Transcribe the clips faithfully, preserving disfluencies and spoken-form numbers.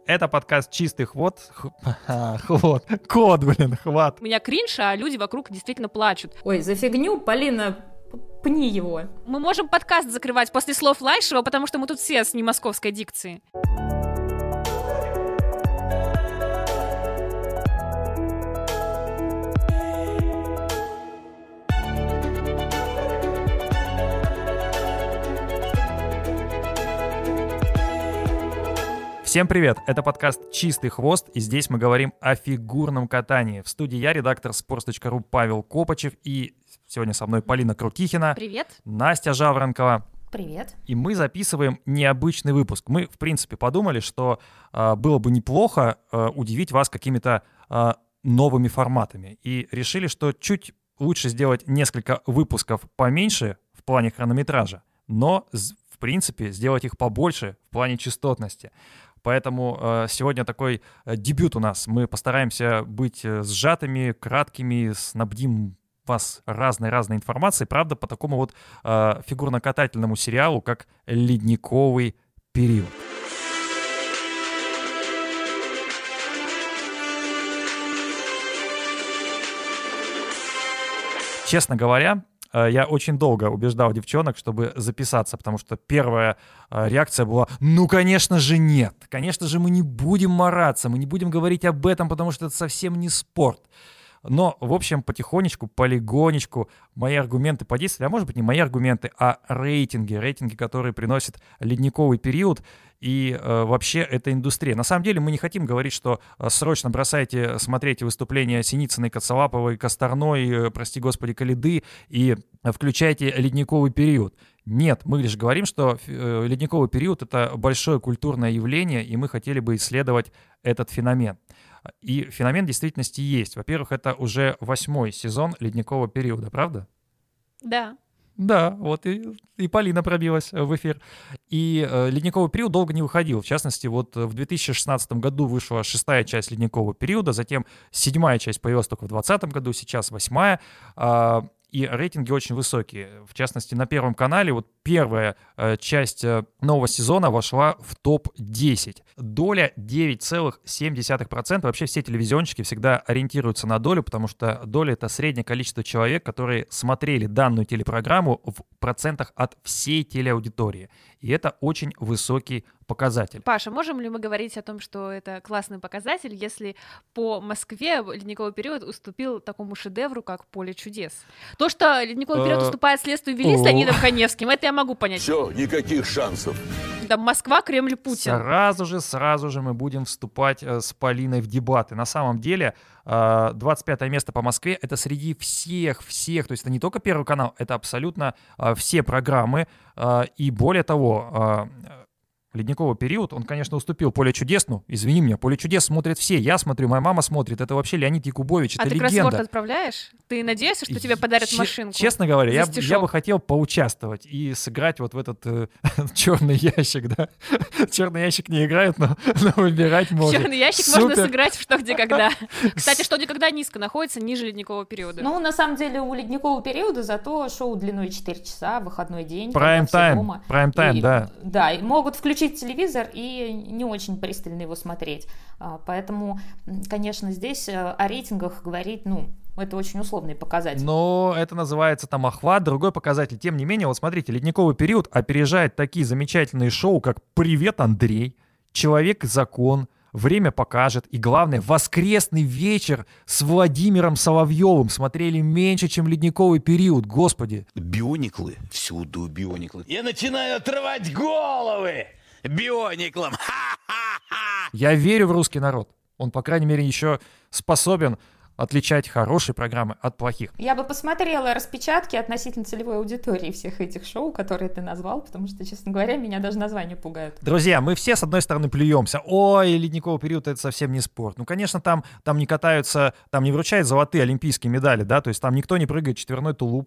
Это подкаст «Чистых вод». Хвот. Кот, блин, хват. У меня кринж, а люди вокруг действительно плачут. Ой, за фигню, Полина, пни его. Мы можем подкаст закрывать после слов Лайшева, потому что мы тут все с немосковской дикцией. Всем привет! Это подкаст «Чистый хвост», и здесь мы говорим о фигурном катании. В студии я, редактор спортс точка ру Павел Копачев, и сегодня со мной Полина Крутихина. Привет. Настя Жаворонкова. Привет. И мы записываем необычный выпуск. Мы, в принципе, подумали, что э, было бы неплохо э, удивить вас какими-то э, новыми форматами. И решили, что чуть лучше сделать несколько выпусков поменьше в плане хронометража, но, в принципе, сделать их побольше в плане частотности. Поэтому э, сегодня такой э, дебют у нас. Мы постараемся быть э, сжатыми, краткими, снабдим вас разной-разной информацией. Правда, по такому вот э, фигурно-катательному сериалу, как «Ледниковый период». Честно говоря, я очень долго убеждал девчонок, чтобы записаться, потому что первая реакция была: ну, конечно же, нет. Конечно же, мы не будем мараться, мы не будем говорить об этом, потому что это совсем не спорт. Но, в общем, потихонечку, полигонечку мои аргументы подействовали, а может быть не мои аргументы, а рейтинги, рейтинги, которые приносит ледниковый период и э, вообще эта индустрия. На самом деле мы не хотим говорить, что э, срочно бросайте смотреть выступления Синицыной, Коцелаповой, Косторной, э, прости господи, Коляды и включайте ледниковый период. Нет, мы лишь говорим, что э, ледниковый период — это большое культурное явление, и мы хотели бы исследовать этот феномен. И феномен в действительности есть. Во-первых, это уже восьмой сезон ледникового периода, правда? Да. Да, вот и, и Полина пробилась в эфир. И э, ледниковый период долго не выходил. В частности, вот в две тысячи шестнадцатом году вышла шестая часть ледникового периода, затем седьмая часть появилась только в двадцатом году, сейчас восьмая. Э, и рейтинги очень высокие. В частности, на Первом канале вот первая э, часть э, нового сезона вошла в топ десять. Доля девять целых семь десятых процента. Вообще все телевизионщики всегда ориентируются на долю, потому что доля — это среднее количество человек, которые смотрели данную телепрограмму в процентах от всей телеаудитории. И это очень высокий показатель. Паша, можем ли мы говорить о том, что это классный показатель, если по Москве ледниковый период уступил такому шедевру, как «Поле чудес»? То, что ледниковый период уступает «Следствию вели» с Леонидом Каневским, это я могу понять. Все, никаких шансов. Да, Москва, Кремль, Путин. Сразу же, сразу же мы будем вступать э, с Полиной в дебаты. На самом деле, э, двадцать пятое место по Москве — это среди всех-всех, то есть это не только Первый канал, это абсолютно э, все программы. Э, и более того, э, ледниковый период, он, конечно, уступил «Поле чудес». Ну, извини меня, «Поле чудес» смотрят все. Я смотрю, моя мама смотрит. Это вообще Леонид Якубович, это а легенда. А ты кроссворд отправляешь? Ты надеешься, что тебе подарят Ч- машинку? Честно говоря, я, я бы хотел поучаствовать и сыграть вот в этот э, черный ящик, да? Черный ящик не играет, но, но выбирать можно. Черный ящик Супер. Можно сыграть в «Что, где, когда». Кстати, «Что, где, когда» низко находится, ниже ледникового периода. Ну, на самом деле, у ледникового периода зато шоу длиной четыре часа, выходной день. Прайм-тайм, прайм-тайм, да. Да, и могут включить телевизор и и не очень пристально его смотреть. Поэтому, конечно, здесь о рейтингах говорить, ну, это очень условный показатель. Но это называется там охват, другой показатель. Тем не менее, вот смотрите, ледниковый период опережает такие замечательные шоу, как «Привет, Андрей», «Человек и закон», «Время покажет» и, главное, «Воскресный вечер» с Владимиром Соловьевым смотрели меньше, чем ледниковый период, господи. Биониклы, всюду биониклы. Я начинаю отрывать головы биониклам. Я верю в русский народ. Он, по крайней мере, еще способен отличать хорошие программы от плохих. Я бы посмотрела распечатки относительно целевой аудитории всех этих шоу, которые ты назвал, потому что, честно говоря, меня даже названия пугают. Друзья, мы все, с одной стороны, плюемся. Ой, ледниковый период — это совсем не спорт. Ну, конечно, там, там не катаются, там не вручают золотые олимпийские медали, да, то есть там никто не прыгает четверной тулуп.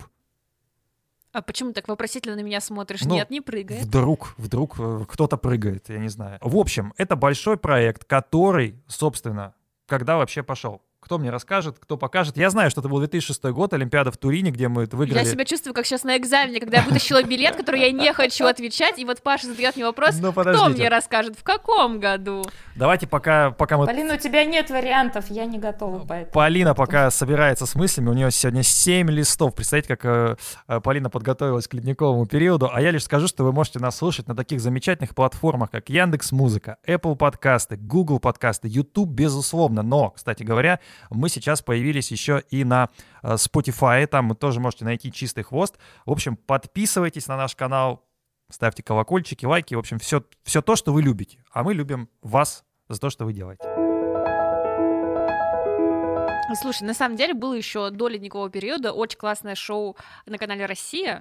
А почему так вопросительно на меня смотришь? Ну, Нет, не прыгает. Вдруг, вдруг кто-то прыгает, я не знаю. В общем, это большой проект, который, собственно, когда вообще пошел? Кто мне расскажет, кто покажет? Я знаю, что это был две тысячи шестой год, Олимпиада в Турине, где мы это выиграли. Я себя чувствую, как сейчас на экзамене, когда я вытащила билет, который я не хочу отвечать, и вот Паша задает мне вопрос, кто мне расскажет, в каком году? Давайте пока, пока мы... Полина, у тебя нет вариантов, я не готова поэтому. Полина пока собирается с мыслями, у нее сегодня семь листов. Представьте, как э, Полина подготовилась к ледниковому периоду. А я лишь скажу, что вы можете нас слушать на таких замечательных платформах, как Яндекс.Музыка, Apple подкасты, Google подкасты, YouTube, безусловно. Но, кстати говоря, мы сейчас появились еще и на э, Spotify. Там вы тоже можете найти «Чистый хвост». В общем, подписывайтесь на наш канал, ставьте колокольчики, лайки. В общем, все, все то, что вы любите. А мы любим вас за то, что вы делаете. Слушай, на самом деле было еще до ледникового периода очень классное шоу на канале «Россия»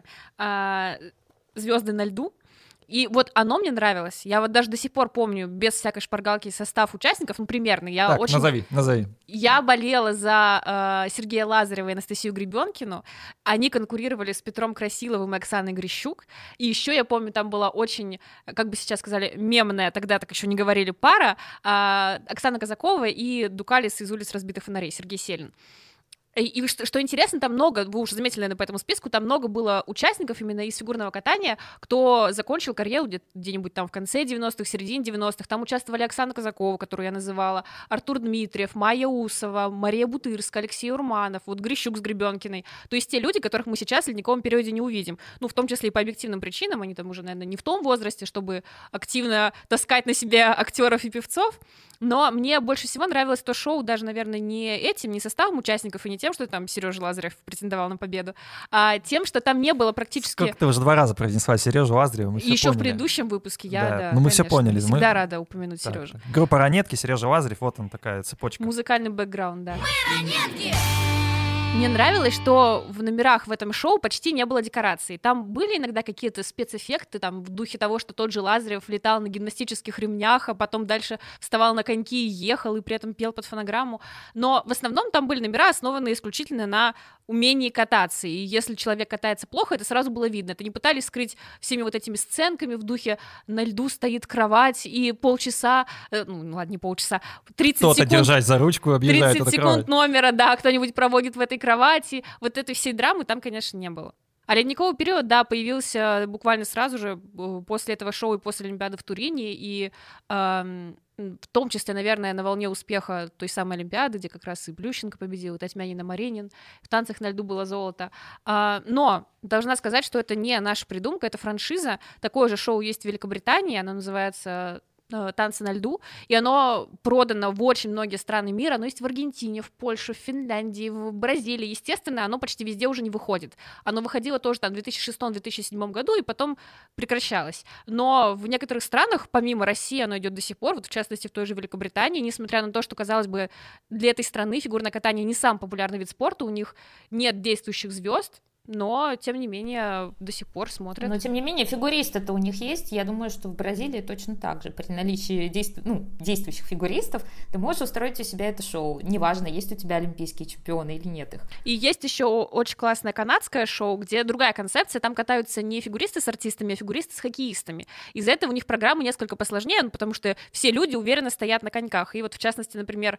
«Звезды на льду». И вот оно мне нравилось. Я вот даже до сих пор помню, без всякой шпаргалки, состав участников, ну, примерно. Я так, очень... назови, назови. Я болела за э, Сергея Лазарева и Анастасию Гребенкину. Они конкурировали с Петром Красиловым и Оксаной Грищук. И еще я помню, там была очень, как бы сейчас сказали, мемная, тогда так еще не говорили, пара. Э, Оксана Казакова и Дукалис из «Улиц разбитых фонарей», Сергей Селин. И, и что, что интересно, там много, вы уже заметили, наверное, по этому списку, там много было участников именно из фигурного катания, кто закончил карьеру где- где-нибудь там в конце девяностых, середине девяностых. Там участвовали Оксана Казакова, которую я называла, Артур Дмитриев, Майя Усова, Мария Бутырская, Алексей Урманов, вот Грищук с Гребенкиной. То есть те люди, которых мы сейчас в ледниковом периоде не увидим. Ну, в том числе и по объективным причинам, они там уже, наверное, не в том возрасте, чтобы активно таскать на себя актеров и певцов. Но мне больше всего нравилось то шоу даже, наверное, не этим, не составом участников и не тем, что там Сережа Лазарев претендовал на победу, а тем, что там не было практически... Сколько ты уже два раза произнесла Сережу Лазарева, мы все Еще поняли. в предыдущем выпуске я, да. да, Ну мы все конечно, поняли. всегда мы... рада упомянуть так. Сережу. Группа «Ранетки», Сережа Лазарев, вот он такая цепочка. Музыкальный бэкграунд, да. Мне нравилось, что в номерах в этом шоу почти не было декораций. Там были иногда какие-то спецэффекты, там, в духе того, что тот же Лазарев летал на гимнастических ремнях, а потом дальше вставал на коньки и ехал, и при этом пел под фонограмму. Но в основном там были номера, основанные исключительно на умении кататься. И если человек катается плохо, это сразу было видно. Это не пытались скрыть всеми вот этими сценками в духе «на льду стоит кровать», и полчаса, э, ну ладно, не полчаса, тридцать Кто-то секунд... держать за ручку, объезжает эту тридцать кровать. секунд номера, да, кто-нибудь проводит в этой кровати. Вот этой всей драмы там, конечно, не было. А ледниковый период, да, появился буквально сразу же после этого шоу и после Олимпиады в Турине, и э, в том числе, наверное, на волне успеха той самой Олимпиады, где как раз и Плющенко победил, и Татьянина Маринин, в «Танцах на льду» было золото. А, но должна сказать, что это не наша придумка, это франшиза. Такое же шоу есть в Великобритании, оно называется «Танцы на льду», и оно продано в очень многие страны мира, оно есть в Аргентине, в Польше, в Финляндии, в Бразилии, естественно, оно почти везде уже не выходит. Оно выходило тоже там в две тысячи шестом - две тысячи седьмом году, и потом прекращалось. Но в некоторых странах, помимо России, оно идет до сих пор, вот в частности в той же Великобритании, несмотря на то, что, казалось бы, для этой страны фигурное катание не самый популярный вид спорта, у них нет действующих звезд, но, тем не менее, до сих пор смотрят. Но, тем не менее, фигуристы-то у них есть. Я думаю, что в Бразилии точно так же. При наличии действ... ну, действующих фигуристов ты можешь устроить у себя это шоу. Неважно, есть у тебя олимпийские чемпионы или нет их. И есть еще очень классное канадское шоу, где другая концепция. Там катаются не фигуристы с артистами, а фигуристы с хоккеистами. Из-за этого у них программы несколько посложнее, ну, потому что все люди уверенно стоят на коньках. И вот, в частности, например,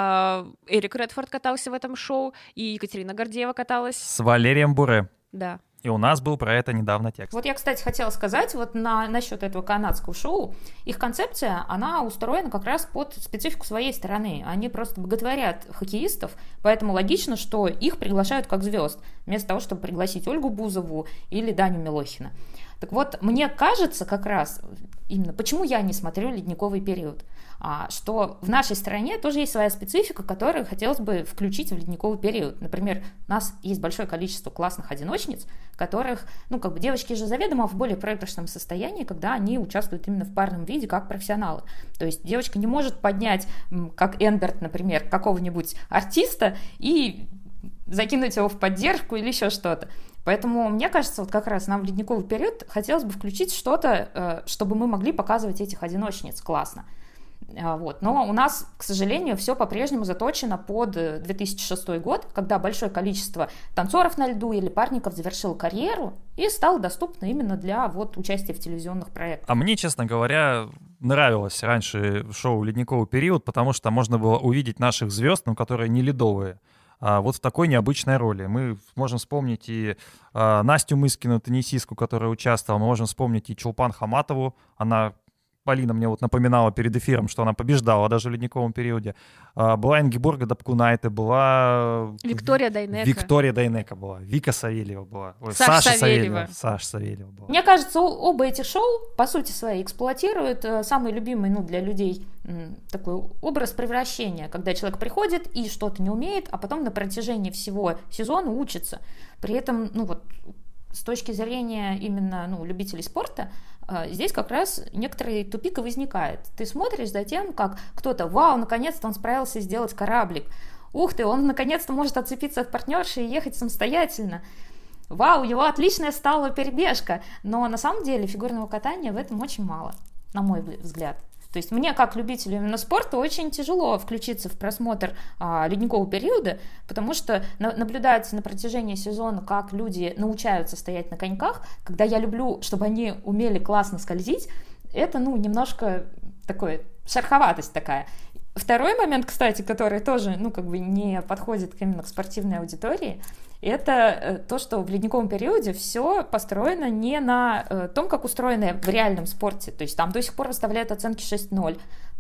Эрик Редфорд катался в этом шоу, и Екатерина Гордеева каталась. С Валерием Буре. Да. И у нас был про это недавно текст. Вот я, кстати, хотела сказать вот на, насчет этого канадского шоу. Их концепция, она устроена как раз под специфику своей страны. Они просто боготворят хоккеистов, поэтому логично, что их приглашают как звезд, вместо того, чтобы пригласить Ольгу Бузову или Даню Милохина. Так вот, мне кажется как раз, именно почему я не смотрю «Ледниковый период», что в нашей стране тоже есть своя специфика, которую хотелось бы включить в ледниковый период. Например, у нас есть большое количество классных одиночниц, которых, ну, как бы девочки же заведомо в более проигрышном состоянии, когда они участвуют именно в парном виде как профессионалы. То есть девочка не может поднять, как Энберт, например, какого-нибудь артиста и закинуть его в поддержку или еще что-то. Поэтому, мне кажется, вот как раз нам в ледниковый период хотелось бы включить что-то, чтобы мы могли показывать этих одиночниц классно. Вот. Но у нас, к сожалению, все по-прежнему заточено под две тысячи шестой год, когда большое количество танцоров на льду или парников завершило карьеру и стало доступно именно для вот, участия в телевизионных проектах. А мне, честно говоря, нравилось раньше шоу «Ледниковый период», потому что можно было увидеть наших звезд, ну, которые не ледовые, а вот в такой необычной роли. Мы можем вспомнить и а, Настю Мыскину, теннисистку, которая участвовала, мы можем вспомнить и Чулпан Хаматову, она Полина мне вот напоминала перед эфиром, что она побеждала даже в ледниковом периоде. Была Ингеборга Дапкунайте, была... Виктория Дайнеко. Виктория Дайнеко была, Вика Савельева была. Ой, Саша Саша Савельева. Савельева. Саша Савельева была. Мне кажется, оба этих шоу, по сути своей, эксплуатируют самый любимый, ну, для людей такой образ превращения, когда человек приходит и что-то не умеет, а потом на протяжении всего сезона учится. При этом, ну вот, с точки зрения именно, ну, любителей спорта, здесь как раз некоторый тупик и возникает. Ты смотришь за тем, как кто-то, вау, наконец-то он справился сделать кораблик. Ух ты, он наконец-то может отцепиться от партнерши и ехать самостоятельно. Вау, у него отличная стала перебежка. Но на самом деле фигурного катания в этом очень мало, на мой взгляд. То есть мне, как любителю именно спорта, очень тяжело включиться в просмотр а, ледникового периода, потому что на, наблюдать на протяжении сезона, как люди научаются стоять на коньках, когда я люблю, чтобы они умели классно скользить, это, ну, немножко такое, шероховатость такая. Второй момент, кстати, который тоже, ну, как бы не подходит именно к спортивной аудитории, это то, что в ледниковом периоде все построено не на э, том, как устроено в реальном спорте. То есть там до сих пор выставляют оценки шесть ноль.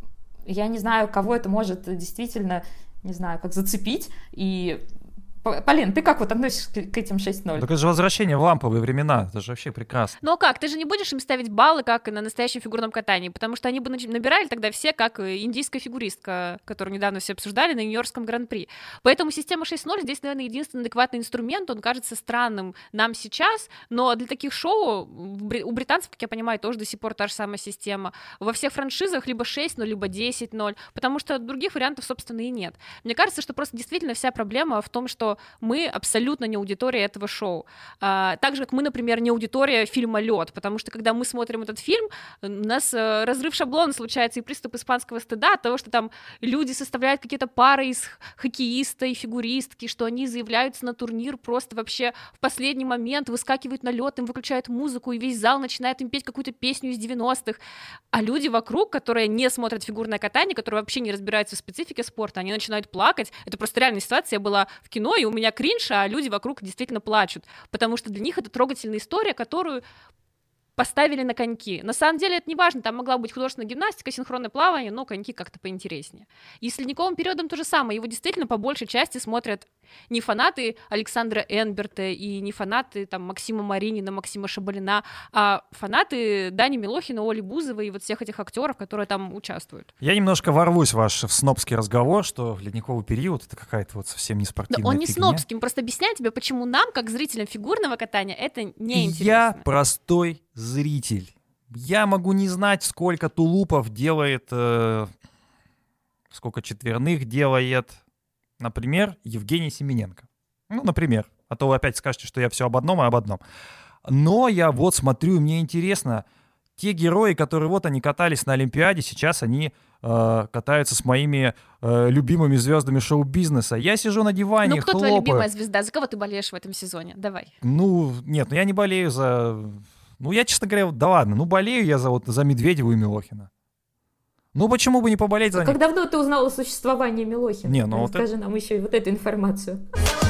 Я не знаю, кого это может действительно, не знаю, как зацепить. И, Полин, ты как вот относишься к этим шесть ноль? Так это же возвращение в ламповые времена, это же вообще прекрасно. Ну как, ты же не будешь им ставить баллы, как и на настоящем фигурном катании, потому что они бы набирали тогда все, как индийская фигуристка, которую недавно все обсуждали на Нью-Йоркском гран-при. Поэтому система шесть ноль здесь, наверное, единственный адекватный инструмент, он кажется странным нам сейчас, но для таких шоу у британцев, как я понимаю, тоже до сих пор та же самая система. Во всех франшизах либо шесть ноль, либо десять ноль, потому что других вариантов, собственно, и нет. Мне кажется, что просто действительно вся проблема в том, что мы абсолютно не аудитория этого шоу. А, так же, как мы, например, не аудитория фильма «Лёд», потому что, когда мы смотрим этот фильм, у нас а, разрыв шаблона случается и приступ испанского стыда от того, что там люди составляют какие-то пары из хоккеиста и фигуристки, что они заявляются на турнир просто вообще в последний момент, выскакивают на лёд, им выключают музыку, и весь зал начинает им петь какую-то песню из девяностых. А люди вокруг, которые не смотрят фигурное катание, которые вообще не разбираются в специфике спорта, они начинают плакать. Это просто реальная ситуация. Я была в кино, и у меня кринж, а люди вокруг действительно плачут, потому что для них это трогательная история, которую поставили на коньки. На самом деле это не важно, там могла быть художественная гимнастика, синхронное плавание, но коньки как-то поинтереснее. И с ледниковым периодом то же самое, его действительно по большей части смотрят не фанаты Александра Энберта и не фанаты там Максима Маринина, Максима Шабалина, а фанаты Дани Милохина, Оли Бузовой и вот всех этих актеров, которые там участвуют. Я немножко ворвусь в ваш в снобский разговор, что ледниковый период — это какая-то вот совсем не спортивная Да он не фигня. снобский, он просто объясняет тебе, почему нам, как зрителям фигурного катания, это неинтересно. Я простой зритель. Я могу не знать, сколько тулупов делает, э, сколько четверных делает, например, Евгений Семененко. Ну, например. А то вы опять скажете, что я все об одном и об одном. Но я вот смотрю, и мне интересно, те герои, которые вот они катались на Олимпиаде, сейчас они э, катаются с моими э, любимыми звездами шоу-бизнеса. Я сижу на диване, Ну, кто хлопаю. твоя любимая звезда? За кого ты болеешь в этом сезоне? Давай. Ну, нет, ну я не болею за... Ну, я, честно говоря, да ладно, ну болею я за, вот, за Медведеву и Милохина. Ну, почему бы не поболеть за Как них? давно ты узнал о существовании Милохина? Не, ну вот Расскажи нам еще и вот эту информацию.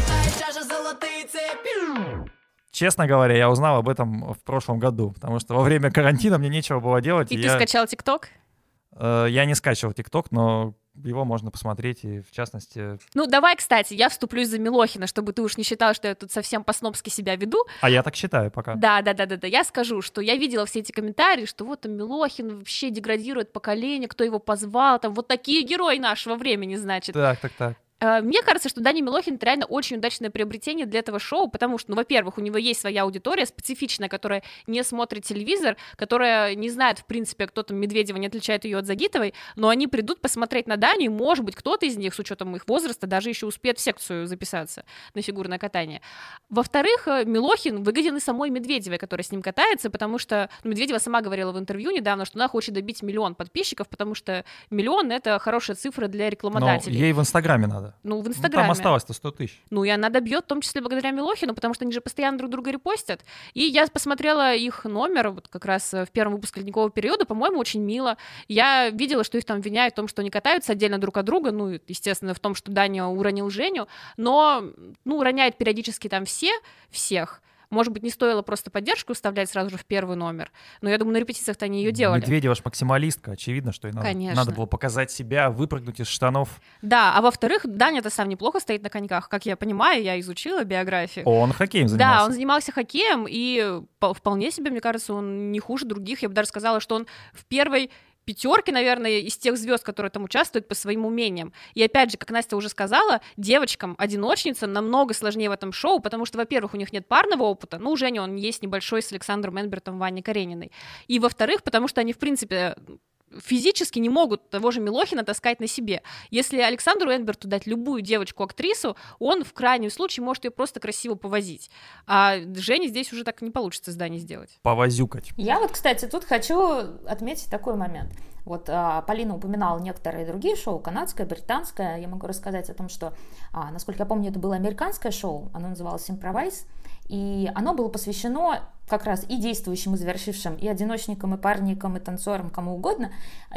Честно говоря, я узнал об этом в прошлом году, потому что во время карантина мне нечего было делать. И, и ты я, скачал ТикТок? э, я не скачивал ТикТок, но его можно посмотреть, и в частности... Ну, давай, кстати, я вступлюсь за Милохина, чтобы ты уж не считал, что я тут совсем по-снобски себя веду. А я так считаю пока. Да, да, да, да, да. Я скажу, что я видела все эти комментарии, что вот там Милохин вообще деградирует поколение, кто его позвал, там вот такие герои нашего времени, значит. Так, так, так. Мне кажется, что Даня Милохин — это реально очень удачное приобретение для этого шоу, потому что, ну, во-первых, у него есть своя аудитория специфичная, которая не смотрит телевизор, которая не знает, в принципе, кто там Медведева, не отличает ее от Загитовой, но они придут посмотреть на Даню, и, может быть, кто-то из них, с учетом их возраста, даже еще успеет в секцию записаться на фигурное катание. Во-вторых, Милохин выгоден и самой Медведевой, которая с ним катается, потому что ну, Медведева сама говорила в интервью недавно, что она хочет добить миллион подписчиков, потому что миллион — это хорошая цифра для рекламодателей. Но ей в Инстаграме надо. Ну, в Ну, Инстаграме. там осталось-то сто тысяч. Ну, и она добьет, в том числе благодаря Милохину, потому что они же постоянно друг друга репостят. И я посмотрела их номер, вот как раз в первом выпуске ледникового периода, по-моему, очень мило. Я видела, что их там обвиняют в том, что они катаются отдельно друг от друга, ну, естественно, в том, что Даня уронил Женю, но, ну, роняет периодически там все, всех. Может быть, не стоило просто поддержку вставлять сразу же в первый номер, но я думаю, на репетициях-то они ее делали. Медведева ж максималистка, очевидно, что ей надо, надо было показать себя, выпрыгнуть из штанов. Да, а во-вторых, Даня-то сам неплохо стоит на коньках. Как я понимаю, я изучила биографию. Он хоккеем занимался. Да, он занимался хоккеем, и вполне себе, мне кажется, он не хуже других. Я бы даже сказала, что он в первой пятерки, наверное, из тех звезд, которые там участвуют по своим умениям. И опять же, как Настя уже сказала, девочкам-одиночницам намного сложнее в этом шоу, потому что, во-первых, у них нет парного опыта, ну, у Жени он есть небольшой с Александром Энбертом, Ваней Карениной. И, во-вторых, потому что они, в принципе, физически не могут того же Милохина таскать на себе. Если Александру Энберту дать любую девочку-актрису, он в крайнем случае может ее просто красиво повозить. А Жене здесь уже так не получится здание сделать. Повозюкать. Я вот, кстати, тут хочу отметить такой момент. Вот а, Полина упоминала некоторые другие шоу, канадское, британское. Я могу рассказать о том, что, а, насколько я помню, это было американское шоу, оно называлось «Improvise», и оно было посвящено как раз и действующим, и завершившим, и одиночникам, и парникам, и танцорам, кому угодно.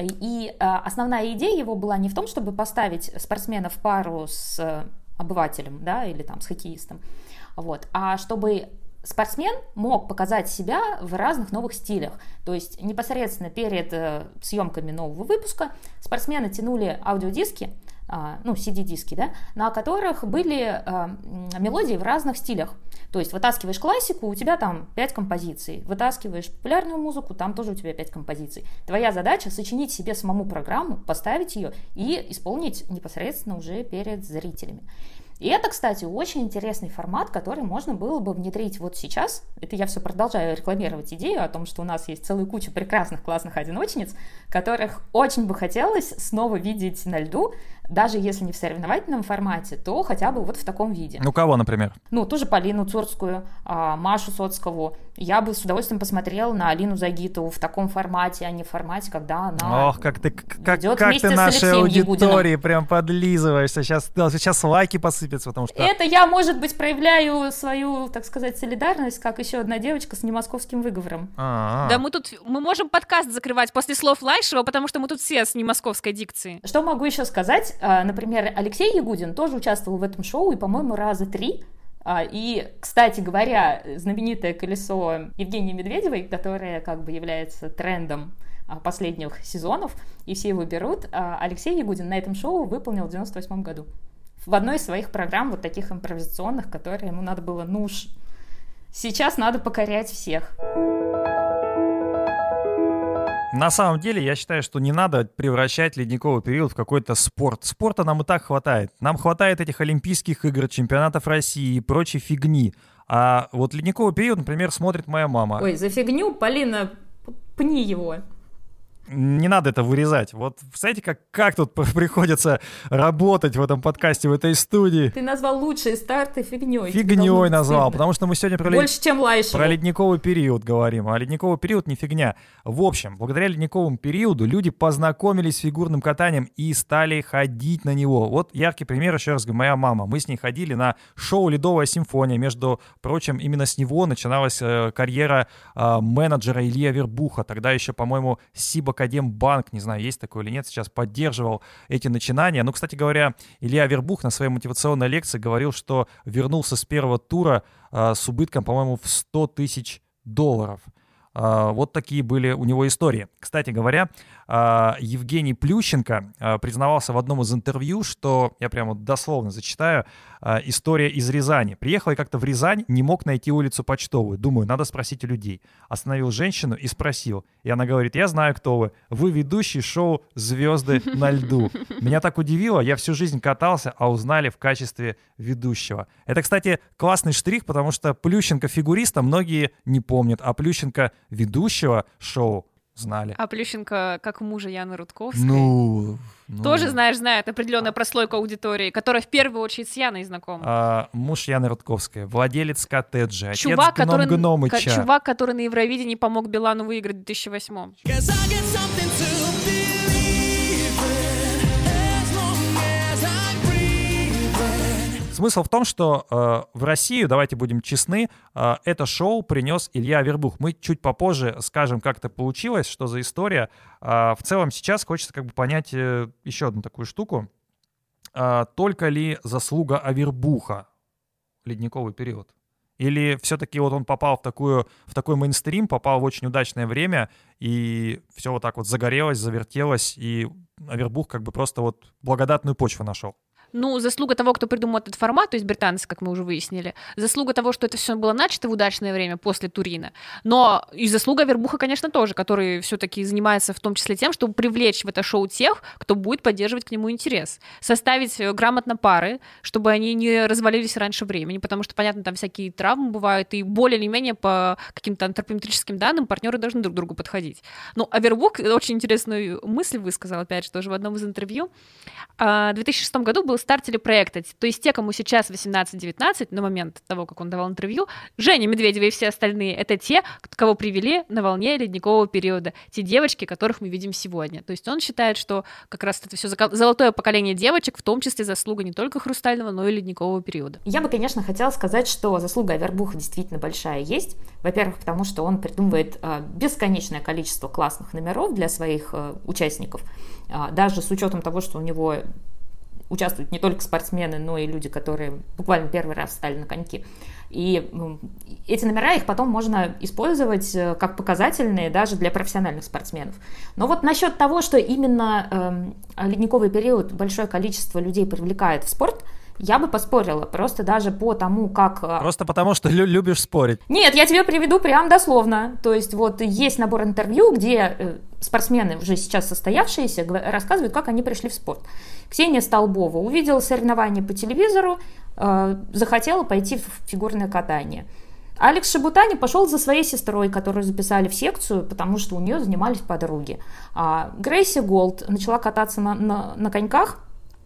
И а, основная идея его была не в том, чтобы поставить спортсмена в пару с обывателем, да, или там с хоккеистом, вот, а чтобы спортсмен мог показать себя в разных новых стилях. То есть непосредственно перед э, съемками нового выпуска спортсмены тянули аудиодиски, э, ну, си ди-диски, да, на которых были э, мелодии в разных стилях. То есть вытаскиваешь классику, у тебя там пять композиций. Вытаскиваешь популярную музыку, там тоже у тебя пять композиций. Твоя задача сочинить себе самому программу, поставить ее и исполнить непосредственно уже перед зрителями. И это, кстати, очень интересный формат, который можно было бы внедрить вот сейчас. Это я все продолжаю рекламировать идею о том, что у нас есть целая куча прекрасных, классных одиночниц, которых очень бы хотелось снова видеть на льду, даже если не в соревновательном формате, то хотя бы вот в таком виде. Ну, кого, например? Ну, ту же Полину Цурцкую, Машу Соцкову. Я бы с удовольствием посмотрела на Алину Загитову в таком формате, а не в формате, когда она Ох, как ты, как, ведет как вместе ты с нашей Алексеем аудитории Ягудиным. прям подлизываешься. Сейчас, да, сейчас лайки посыпятся, потому что... Это я, может быть, проявляю свою, так сказать, солидарность, как еще одна девочка с немосковским выговором. А-а-а. Да мы тут, мы можем подкаст закрывать после слов Лайшева, потому что мы тут все с немосковской дикцией. Что могу еще сказать? Например, Алексей Ягудин тоже участвовал в этом шоу, и, по-моему, раза три. И, кстати говоря, знаменитое колесо Евгении Медведевой, которое как бы является трендом последних сезонов, и все его берут, Алексей Ягудин на этом шоу выполнил в девяносто восьмом году. В одной из своих программ, вот таких импровизационных, которые ему надо было, ну уж, сейчас надо покорять всех. На самом деле, я считаю, что не надо превращать ледниковый период в какой-то спорт. Спорта нам и так хватает. Нам хватает этих Олимпийских игр, чемпионатов России и прочей фигни. А вот ледниковый период, например, смотрит моя мама. Ой, за фигню, Полина, пни его. Не надо это вырезать. Вот, знаете, как, как тут приходится работать в этом подкасте, в этой студии. Ты назвал лучшие старты фигней. Фигней назвал, потому что мы сегодня про, Больше, чем Лайшеву. про ледниковый период говорим. А ледниковый период не фигня. В общем, благодаря ледниковому периоду люди познакомились с фигурным катанием и стали ходить на него. Вот яркий пример, еще раз говорю, моя мама. Мы с ней ходили на шоу «Ледовая симфония». Между прочим, именно с него начиналась э, карьера э, менеджера Ильи Авербуха. Тогда еще, по-моему, Сиб Академбанк, не знаю, есть такой или нет, сейчас поддерживал эти начинания. Ну, кстати говоря, Илья Авербух на своей мотивационной лекции говорил, что вернулся с первого тура э, с убытком, по-моему, в сто тысяч долларов. Э, вот такие были у него истории. Кстати говоря, э, Евгений Плющенко э, признавался в одном из интервью, что, я прямо дословно зачитаю, э, история из Рязани. Приехал я как-то в Рязань, не мог найти улицу Почтовую. Думаю, надо спросить у людей. Остановил женщину и спросил. И она говорит, я знаю, кто вы. Вы ведущий шоу «Звезды на льду». Меня так удивило, я всю жизнь катался, а узнали в качестве ведущего. Это, кстати, классный штрих, потому что Плющенко фигуриста многие не помнят, а Плющенко ведущего шоу знали. А Плющенко как мужа Яны Рудковской. Ну, ну... Тоже, знаешь, знает определенная прослойка аудитории, которая в первую очередь с Яной знакома. А, муж Яны Рудковской, владелец коттеджа, отец чувак, гном который, Гномыча. к- чувак, который на Евровидении помог Билану выиграть в две тысячи восьмом. Смысл в том, что э, в Россию, давайте будем честны, э, это шоу принес Илья Авербух. Мы чуть попозже скажем, как это получилось, что за история. Э, в целом сейчас хочется как бы понять э, еще одну такую штуку. Э, только ли заслуга Авербуха ледниковый период? Или все-таки вот он попал в, такую, в такой мейнстрим, попал в очень удачное время, и все вот так вот загорелось, завертелось, и Авербух как бы просто вот благодатную почву нашел? Ну, заслуга того, кто придумал этот формат, то есть британцы, как мы уже выяснили, заслуга того, что это все было начато в удачное время после Турина, но и заслуга Авербуха, конечно, тоже, который все-таки занимается в том числе тем, чтобы привлечь в это шоу тех, кто будет поддерживать к нему интерес, составить грамотно пары, чтобы они не развалились раньше времени, потому что, понятно, там всякие травмы бывают, и более или менее по каким-то антропометрическим данным партнеры должны друг к другу подходить. Ну, Авербух очень интересную мысль высказал, опять же, тоже в одном из интервью. В две тысячи шестом году был старт телепроекта, то есть те, кому сейчас восемнадцать-девятнадцать, на момент того, как он давал интервью, Женя Медведева и все остальные, это те, кого привели на волне ледникового периода, те девочки, которых мы видим сегодня. То есть он считает, что как раз это все золотое поколение девочек, в том числе заслуга не только хрустального, но и ледникового периода. Я бы, конечно, хотела сказать, что заслуга Авербуха действительно большая есть. Во-первых, потому что он придумывает э, бесконечное количество классных номеров для своих э, участников, э, даже с учетом того, что у него участвуют не только спортсмены, но и люди, которые буквально первый раз встали на коньки. И эти номера, их потом можно использовать как показательные даже для профессиональных спортсменов. Но вот насчет того, что именно э, ледниковый период большое количество людей привлекает в спорт, я бы поспорила, просто даже по тому, как... Просто потому, что лю- любишь спорить. Нет, я тебе приведу прям дословно. То есть вот есть набор интервью, где э, спортсмены, уже сейчас состоявшиеся, рассказывают, как они пришли в спорт. Ксения Столбова увидела соревнования по телевизору, э, захотела пойти в фигурное катание. Алекс Шабутани пошел за своей сестрой, которую записали в секцию, потому что у нее занимались подруги. А Грейси Голд начала кататься на, на, на коньках,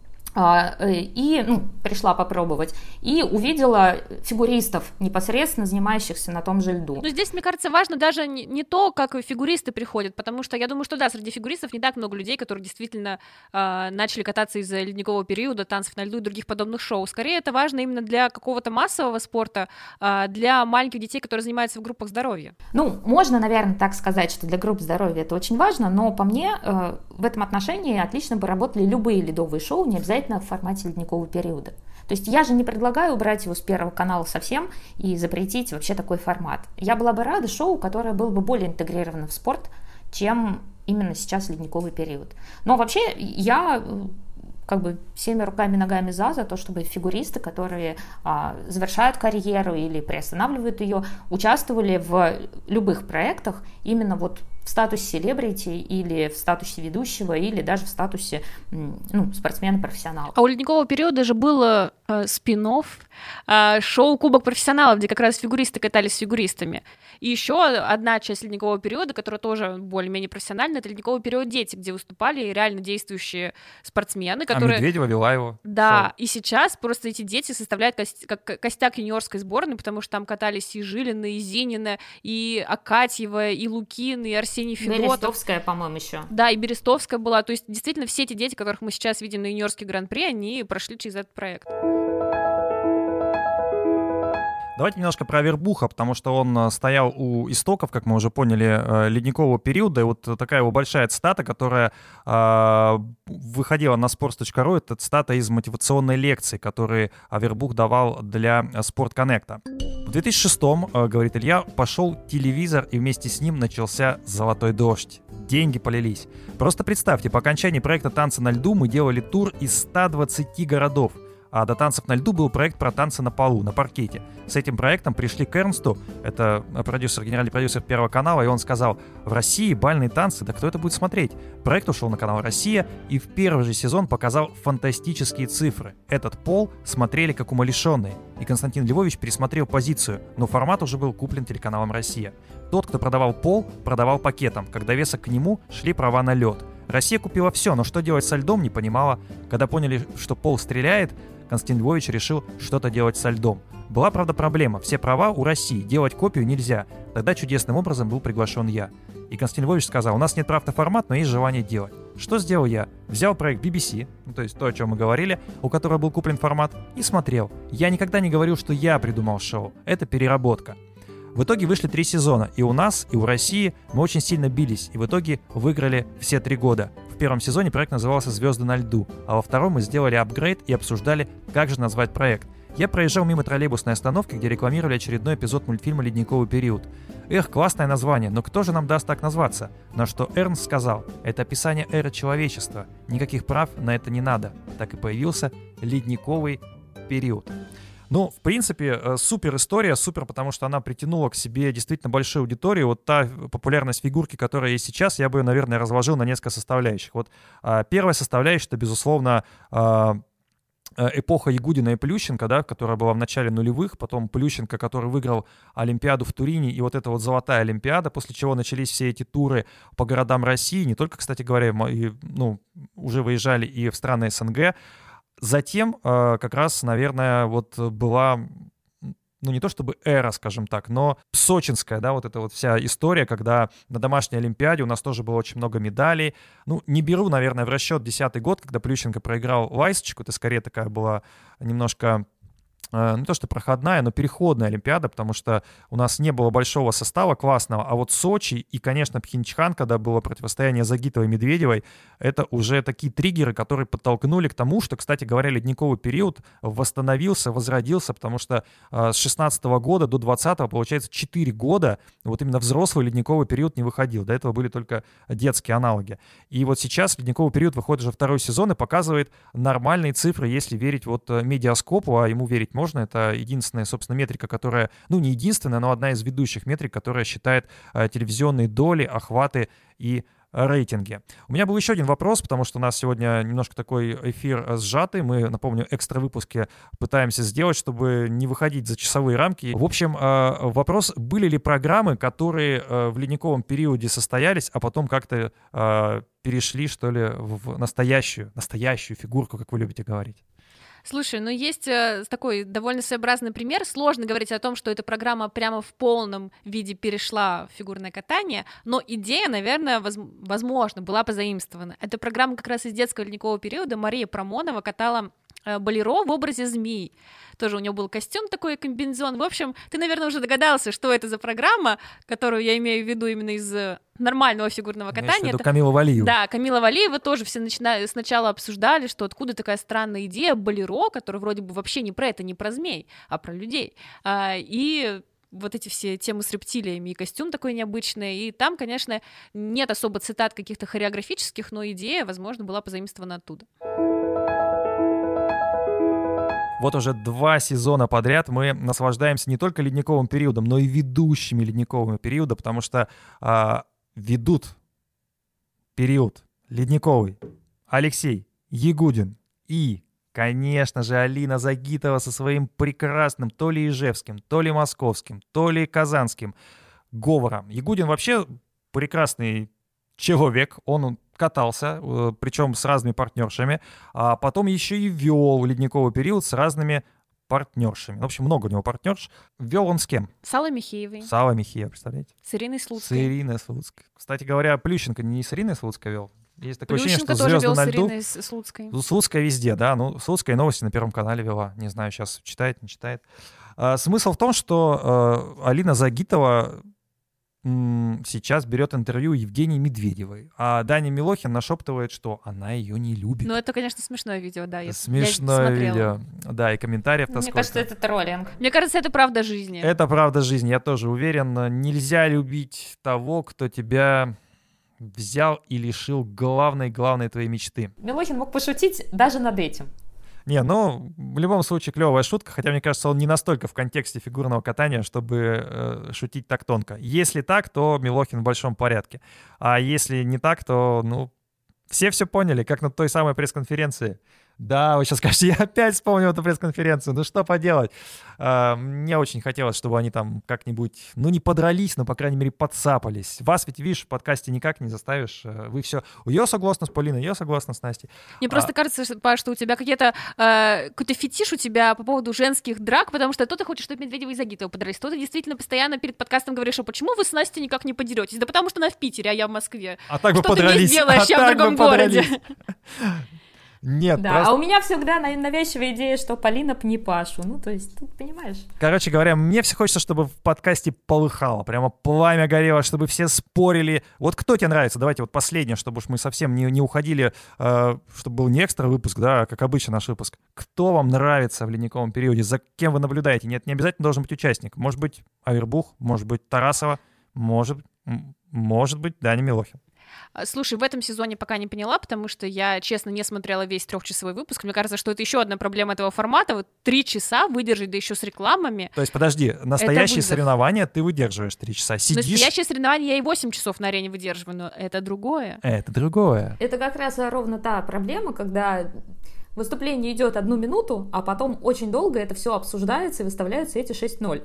и ну, пришла попробовать, и увидела фигуристов, непосредственно занимающихся на том же льду. Но здесь, мне кажется, важно даже не, не то, как фигуристы приходят, потому что я думаю, что да, среди фигуристов не так много людей, которые действительно э, начали кататься из-за ледникового периода, танцев на льду и других подобных шоу. Скорее, это важно именно для какого-то массового спорта, э, для маленьких детей, которые занимаются в группах здоровья. Ну, можно, наверное, так сказать, что для групп здоровья это очень важно, но по мне э, в этом отношении отлично бы работали любые ледовые шоу, не обязательно в формате ледникового периода. То есть я же не предлагаю убрать его с Первого канала совсем и запретить вообще такой формат. Я была бы рада шоу, которое было бы более интегрировано в спорт, чем именно сейчас ледниковый период. Но вообще я как бы всеми руками и ногами за, за то, чтобы фигуристы, которые а, завершают карьеру или приостанавливают ее, участвовали в любых проектах именно вот в статусе селебрити или в статусе ведущего, или даже в статусе ну, спортсмена-профессионала. А у ледникового периода же было э, спин-офф, э, шоу «Кубок профессионалов», где как раз фигуристы катались с фигуристами. И еще одна часть ледникового периода, которая тоже более-менее профессиональная, это ледниковый период «Дети», где выступали реально действующие спортсмены, которые... А Медведева вела его. Да, шоу. И сейчас просто эти дети составляют кость... как костяк юниорской сборной, потому что там катались и Жилина, и Зинина, и Акатьева, и Лукин, и Арсений Федотов. Берестовская, по-моему, еще. Да, и Берестовская была. То есть, действительно, все эти дети, которых мы сейчас видим на юниорских гран-при, они прошли через этот проект. Давайте немножко про Авербуха, потому что он стоял у истоков, как мы уже поняли, ледникового периода. И вот такая его большая цитата, которая э, выходила на sports точка ru, это цитата из мотивационной лекции, которую Авербух давал для Спортконнекта. В две тысячи шестом, э, говорит Илья, пошел телевизор, и вместе с ним начался золотой дождь. Деньги полились. Просто представьте, по окончании проекта «Танцы на льду» мы делали тур из ста двадцати городов. А до «Танцев на льду» был проект про танцы на полу, на паркете. С этим проектом пришли к Эрнсту, это продюсер, генеральный продюсер Первого канала, и он сказал: в России бальные танцы, да кто это будет смотреть? Проект ушел на канал «Россия», и в первый же сезон показал фантастические цифры. Этот пол смотрели как умалишенные, и Константин Львович пересмотрел позицию, но формат уже был куплен телеканалом «Россия». Тот, кто продавал пол, продавал пакетом, как довесок к нему шли права на лед. Россия купила все, но что делать со льдом, не понимала. Когда поняли, что пол стреляет, Константин Львович решил что-то делать со льдом. Была, правда, проблема. Все права у России, делать копию нельзя. Тогда чудесным образом был приглашен я. И Константин Львович сказал: у нас нет прав на формат, но есть желание делать. Что сделал я? Взял проект би би си, ну, то есть то, о чем мы говорили, у которого был куплен формат, и смотрел. Я никогда не говорил, что я придумал шоу. Это переработка. В итоге вышли три сезона, и у нас, и у России мы очень сильно бились, и в итоге выиграли все три года. В первом сезоне проект назывался «Звезды на льду», а во втором мы сделали апгрейд и обсуждали, как же назвать проект. Я проезжал мимо троллейбусной остановки, где рекламировали очередной эпизод мультфильма «Ледниковый период». Эх, классное название, но кто же нам даст так назваться? На что Эрнст сказал: это описание эры человечества, никаких прав на это не надо. Так и появился «Ледниковый период». Ну, в принципе, супер история, супер, потому что она притянула к себе действительно большую аудиторию. Вот та популярность фигурки, которая есть сейчас, я бы, наверное, разложил на несколько составляющих. Вот первая составляющая, это, безусловно, эпоха Ягудина и Плющенко, да, которая была в начале нулевых, потом Плющенко, который выиграл Олимпиаду в Турине, и вот эта вот золотая Олимпиада, после чего начались все эти туры по городам России, не только, кстати говоря, и, ну, уже выезжали и в страны СНГ. Затем э, как раз, наверное, вот была, ну не то чтобы эра, скажем так, но сочинская, да, вот эта вот вся история, когда на домашней Олимпиаде у нас тоже было очень много медалей. Ну, не беру, наверное, в расчет десятый год, когда Плющенко проиграл Лайсочку, это скорее такая была немножко... не то что проходная, но переходная Олимпиада, потому что у нас не было большого состава классного, а вот Сочи и, конечно, Пхенчхан, когда было противостояние Загитовой и Медведевой, это уже такие триггеры, которые подтолкнули к тому, что, кстати говоря, ледниковый период восстановился, возродился, потому что э, с шестнадцатого года до двадцатого, получается, четыре года вот именно взрослый ледниковый период не выходил. До этого были только детские аналоги. И вот сейчас ледниковый период выходит уже второй сезон и показывает нормальные цифры, если верить вот Медиаскопу, а ему верить можно. Это единственная, собственно, метрика, которая, ну, не единственная, но одна из ведущих метрик, которая считает э, телевизионные доли, охваты и рейтинги. У меня был еще один вопрос, потому что у нас сегодня немножко такой эфир сжатый. Мы, напомню, экстра выпуски пытаемся сделать, чтобы не выходить за часовые рамки. В общем, э, вопрос: были ли программы, которые э, в ледниковом периоде состоялись, а потом как-то э, перешли, что ли, в настоящую, настоящую фигурку, как вы любите говорить? Слушай, ну есть э, такой довольно своеобразный пример. Сложно говорить о том, что эта программа прямо в полном виде перешла в фигурное катание, но идея, наверное, воз- возможно, была позаимствована. Эта программа как раз из детского ледникового периода. Мария Промонова катала э, Болеро в образе змей. Тоже у него был костюм такой, комбинезон. В общем, ты, наверное, уже догадался, что это за программа, которую я имею в виду именно из нормального фигурного катания. Это Камила Валиева. Да, Камила Валиева тоже все начина... сначала обсуждали, что откуда такая странная идея Болеро, которая вроде бы вообще не про это, не про змей, а про людей. А, и вот эти все темы с рептилиями и костюм такой необычный. И там, конечно, нет особо цитат каких-то хореографических, но идея, возможно, была позаимствована оттуда. Вот уже два сезона подряд мы наслаждаемся не только ледниковым периодом, но и ведущими ледникового периода, потому что а, ведут период ледниковый Алексей Ягудин и, конечно же, Алина Загитова со своим прекрасным то ли ижевским, то ли московским, то ли казанским говором. Ягудин вообще прекрасный человек, он катался, причем с разными партнершами, а потом еще и вел ледниковый период с разными партнершами. В общем, много у него партнерш. Вел он с кем? С Аллой Михеевой. С Аллой Михеевой, представляете? С Ириной Слуцкой. С Ириной Слуцкой. Кстати говоря, Плющенко не с Ириной Слуцкой вел. Есть такое Плющенко ощущение, что тоже «Звезды вел на льду». с Ириной Слуцкой. Слуцкая везде, да. Ну, Слуцкая новости на Первом канале вела. Не знаю, сейчас читает, не читает. А, смысл в том, что а, Алина Загитова сейчас берет интервью Евгении Медведевой, а Даня Милохин нашептывает, что она ее не любит. Ну, это, конечно, смешное видео, да. Я, Смешное я видео. Да, и комментариев-то Мне сколько. кажется, это троллинг. Мне кажется, это правда жизни. Это правда жизни, я тоже уверен. Нельзя любить того, кто тебя взял и лишил главной-главной твоей мечты. Милохин мог пошутить даже над этим. Не, ну, в любом случае, клевая шутка, хотя, мне кажется, он не настолько в контексте фигурного катания, чтобы э, шутить так тонко. Если так, то Милохин в большом порядке. А если не так, то, ну, все все поняли, как на той самой пресс-конференции. Да, вы сейчас скажете, я опять вспомнил эту пресс-конференцию, ну что поделать. А, мне очень хотелось, чтобы они там как-нибудь, ну не подрались, но, по крайней мере, подцапались. Вас ведь, видишь, в подкасте никак не заставишь. Вы все, я согласна с Полиной, я согласна с Настей. Мне а... просто кажется, что, Паш, что у тебя какие-то, э, какой-то фетиш у тебя по поводу женских драк, потому что то ты хочешь, чтобы Медведева и Загитова подрались, то ты действительно постоянно перед подкастом говоришь, а почему вы с Настей никак не подеретесь? Да потому что она в Питере, а я в Москве. А так бы что подрались. Что ты здесь делаешь, а я в другом городе. Нет, Да, просто... а у меня всегда навязчивая идея, что Полина пни Пашу. Ну, то есть, тут, понимаешь? Короче говоря, мне все хочется, чтобы в подкасте полыхало, прямо пламя горело, чтобы все спорили. Вот кто тебе нравится? Давайте вот последнее, чтобы уж мы совсем не, не уходили, э, чтобы был не экстра выпуск, да, как обычно наш выпуск. Кто вам нравится в ледниковом периоде? За кем вы наблюдаете? Нет, не обязательно должен быть участник. Может быть, Авербух, может быть, Тарасова, может, может быть, Даня Милохин. Слушай, в этом сезоне пока не поняла, потому что я, честно, не смотрела весь трехчасовой выпуск. Мне кажется, что это еще одна проблема этого формата. Вот три часа выдержать, да еще с рекламами. То есть, подожди, настоящие соревнования ты выдерживаешь три часа. Сидишь... Настоящие соревнования я и восемь часов на арене выдерживаю, но это другое. Это другое. Это как раз ровно та проблема, когда выступление идет одну минуту, а потом очень долго это все обсуждается и выставляются эти шесть ноль.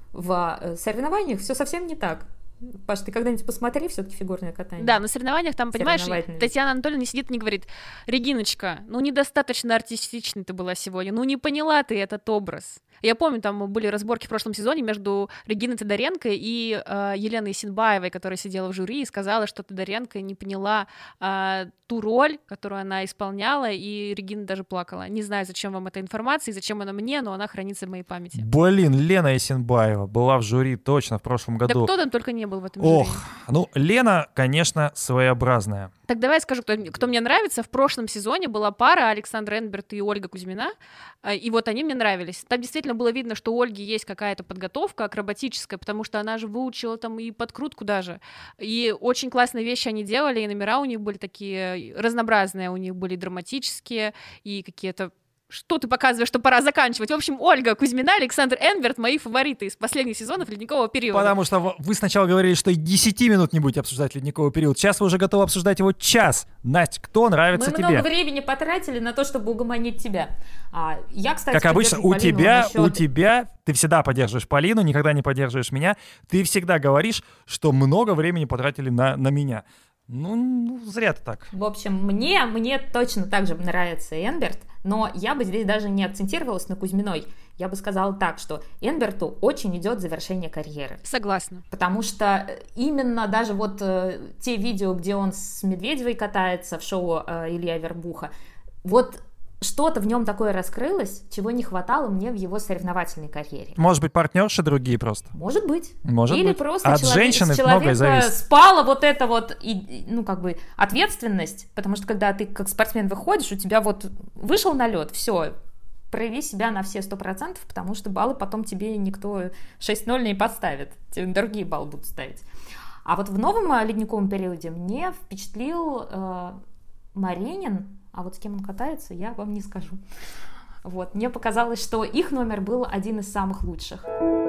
В соревнованиях все совсем не так. Паш, ты когда-нибудь посмотри все-таки фигурное катание? Да, на соревнованиях там, понимаешь, Татьяна Анатольевна сидит и не говорит: Региночка, ну недостаточно артистичной ты была сегодня, ну не поняла ты этот образ. Я помню, там были разборки в прошлом сезоне между Региной Тодоренко и э, Еленой Исенбаевой, которая сидела в жюри и сказала, что Тодоренко не поняла э, ту роль, которую она исполняла, и Регина даже плакала. Не знаю, зачем вам эта информация и зачем она мне, но она хранится в моей памяти. Блин, Лена Исенбаева была в жюри точно в прошлом году. Да кто там только не был в этом Ох, жюри. ну Лена, конечно, своеобразная. Так давай скажу, кто, кто мне нравится. В прошлом сезоне была пара Александра Энберт и Ольга Кузьмина, и вот они мне нравились. Там действительно было видно, что у Ольги есть какая-то подготовка акробатическая, потому что она же выучила там и подкрутку даже. И очень классные вещи они делали, и номера у них были такие разнообразные, у них были драматические и какие-то... Что ты показываешь, что пора заканчивать? В общем, Ольга Кузьмина, Александр Энберт — мои фавориты из последних сезонов ледникового периода. Потому что вы сначала говорили, что и десяти минут не будете обсуждать ледниковый период. Сейчас вы уже готовы обсуждать его час. Настя, кто нравится Мы тебе? Мы много времени потратили на то, чтобы угомонить тебя. А, я, кстати, как обычно, у Полину тебя, насчет... у тебя, ты всегда поддерживаешь Полину, никогда не поддерживаешь меня. Ты всегда говоришь, что много времени потратили на, на меня. Ну, ну, зря ты так. В общем, мне, мне точно так же нравится Энберт, но я бы здесь даже не акцентировалась на Кузьминой. Я бы сказала так, что Энберту очень идет завершение карьеры. Согласна. Потому что именно даже вот э, те видео, где он с Медведевой катается в шоу э, Ильи Авербуха, вот что-то в нем такое раскрылось, чего не хватало мне в его соревновательной карьере. Может быть, партнерши другие просто? Может быть. Может Или быть. просто От человек, женщины с человека многое зависит. спала вот эта вот, и, ну, как бы, ответственность, потому что когда ты как спортсмен выходишь, у тебя вот вышел на лед, все, прояви себя на все сто процентов, потому что баллы потом тебе никто шесть ноль не поставит, тебе другие баллы будут ставить. А вот в новом ледниковом периоде мне впечатлил э, Маринин. А вот с кем он катается, я вам не скажу. Вот. Мне показалось, что их номер был один из самых лучших.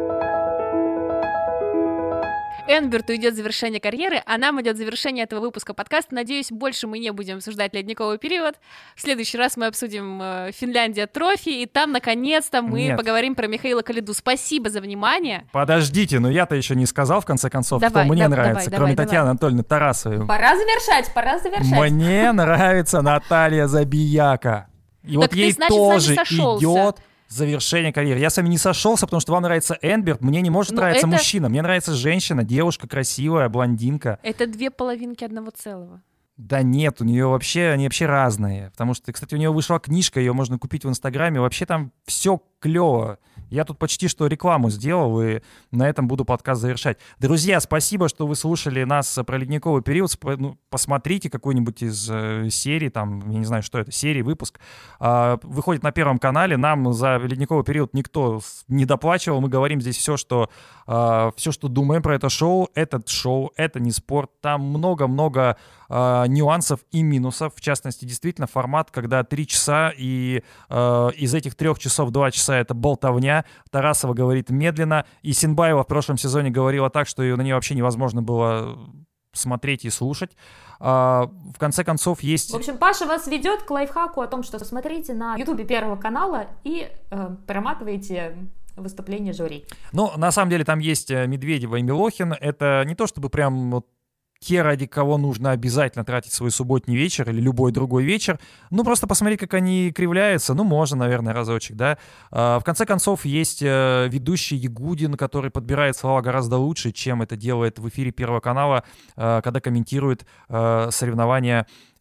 Энберту идет завершение карьеры, а нам идет завершение этого выпуска подкаста. Надеюсь, больше мы не будем обсуждать ледниковый период. В следующий раз мы обсудим э, Финляндия трофи, и там, наконец-то, мы Нет. поговорим про Михаила Калиду. Спасибо за внимание. Подождите, но я-то еще не сказал, в конце концов, Давай, кто мне да- нравится, давай, кроме давай, Татьяны давай. Анатольевны Тарасовой. Пора завершать, пора завершать. Мне нравится Наталья Забияка. И Так вот ты, ей значит, с нами тоже сошелся. идет завершение карьеры. Я с вами не сошелся, потому что вам нравится Энберт, мне не может Ну, нравиться это- мужчина, мне нравится женщина, девушка красивая, блондинка. Это две половинки одного целого. Да нет, у нее вообще, они вообще разные. Потому что, кстати, у нее вышла книжка, ее можно купить в Инстаграме. Вообще там все клево. Я тут почти что рекламу сделал, и на этом буду подкаст завершать. Друзья, спасибо, что вы слушали нас про ледниковый период. Сп- ну, посмотрите какую-нибудь из э, серий, там, я не знаю, что это, серии, выпуск. А, выходит на Первом канале. Нам за ледниковый период никто с- не доплачивал. Мы говорим здесь все, что, а, все, что думаем про это шоу. Это шоу, это не спорт. Там много-много а, нюансов и минусов. В частности, действительно, формат, когда три часа, и э, из этих трех часов два часа — это болтовня. Тарасова говорит медленно. И Исенбаева в прошлом сезоне говорила так, что на нее вообще невозможно было смотреть и слушать. А, в конце концов, есть... В общем, Паша вас ведет к лайфхаку о том, что смотрите на ютубе Первого канала и э, проматываете выступление жюри. Ну, на самом деле, там есть э, Медведева и Милохин. Это не то, чтобы прям вот те, ради кого нужно обязательно тратить свой субботний вечер или любой другой вечер. Ну, просто посмотри, как они кривляются. Ну, можно, наверное, разочек, да. А, в конце концов, есть э, ведущий Ягудин, который подбирает слова гораздо лучше, чем это делает в эфире Первого канала, э, когда комментирует э, соревнования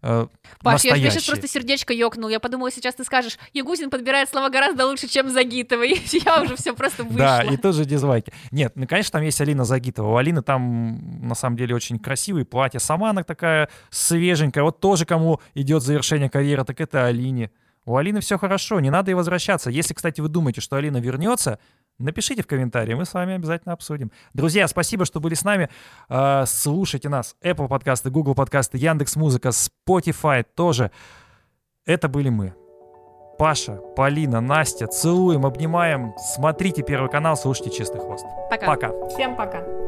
э, Паш, я настоящие. же сейчас просто сердечко ёкнул. Я подумала, сейчас ты скажешь, Ягузин подбирает слова гораздо лучше, чем Загитовой. Я уже все просто вышла. Да, и тут же дизлайки. Нет, ну, конечно, там есть Алина Загитова. У Алины там, на самом деле, очень красивые платья. Сама она такая свеженькая. Вот тоже, кому идет завершение карьеры, так это Алине. У Алины все хорошо, не надо ей возвращаться. Если, кстати, вы думаете, что Алина вернется, напишите в комментарии, мы с вами обязательно обсудим. Друзья, спасибо, что были с нами. Э, слушайте нас. Apple подкасты, Google подкасты, Яндекс.Музыка, Spotify тоже. Это были мы. Паша, Полина, Настя. Целуем, обнимаем. Смотрите Первый канал, слушайте «Чистый хвост». Пока. Пока. Всем пока.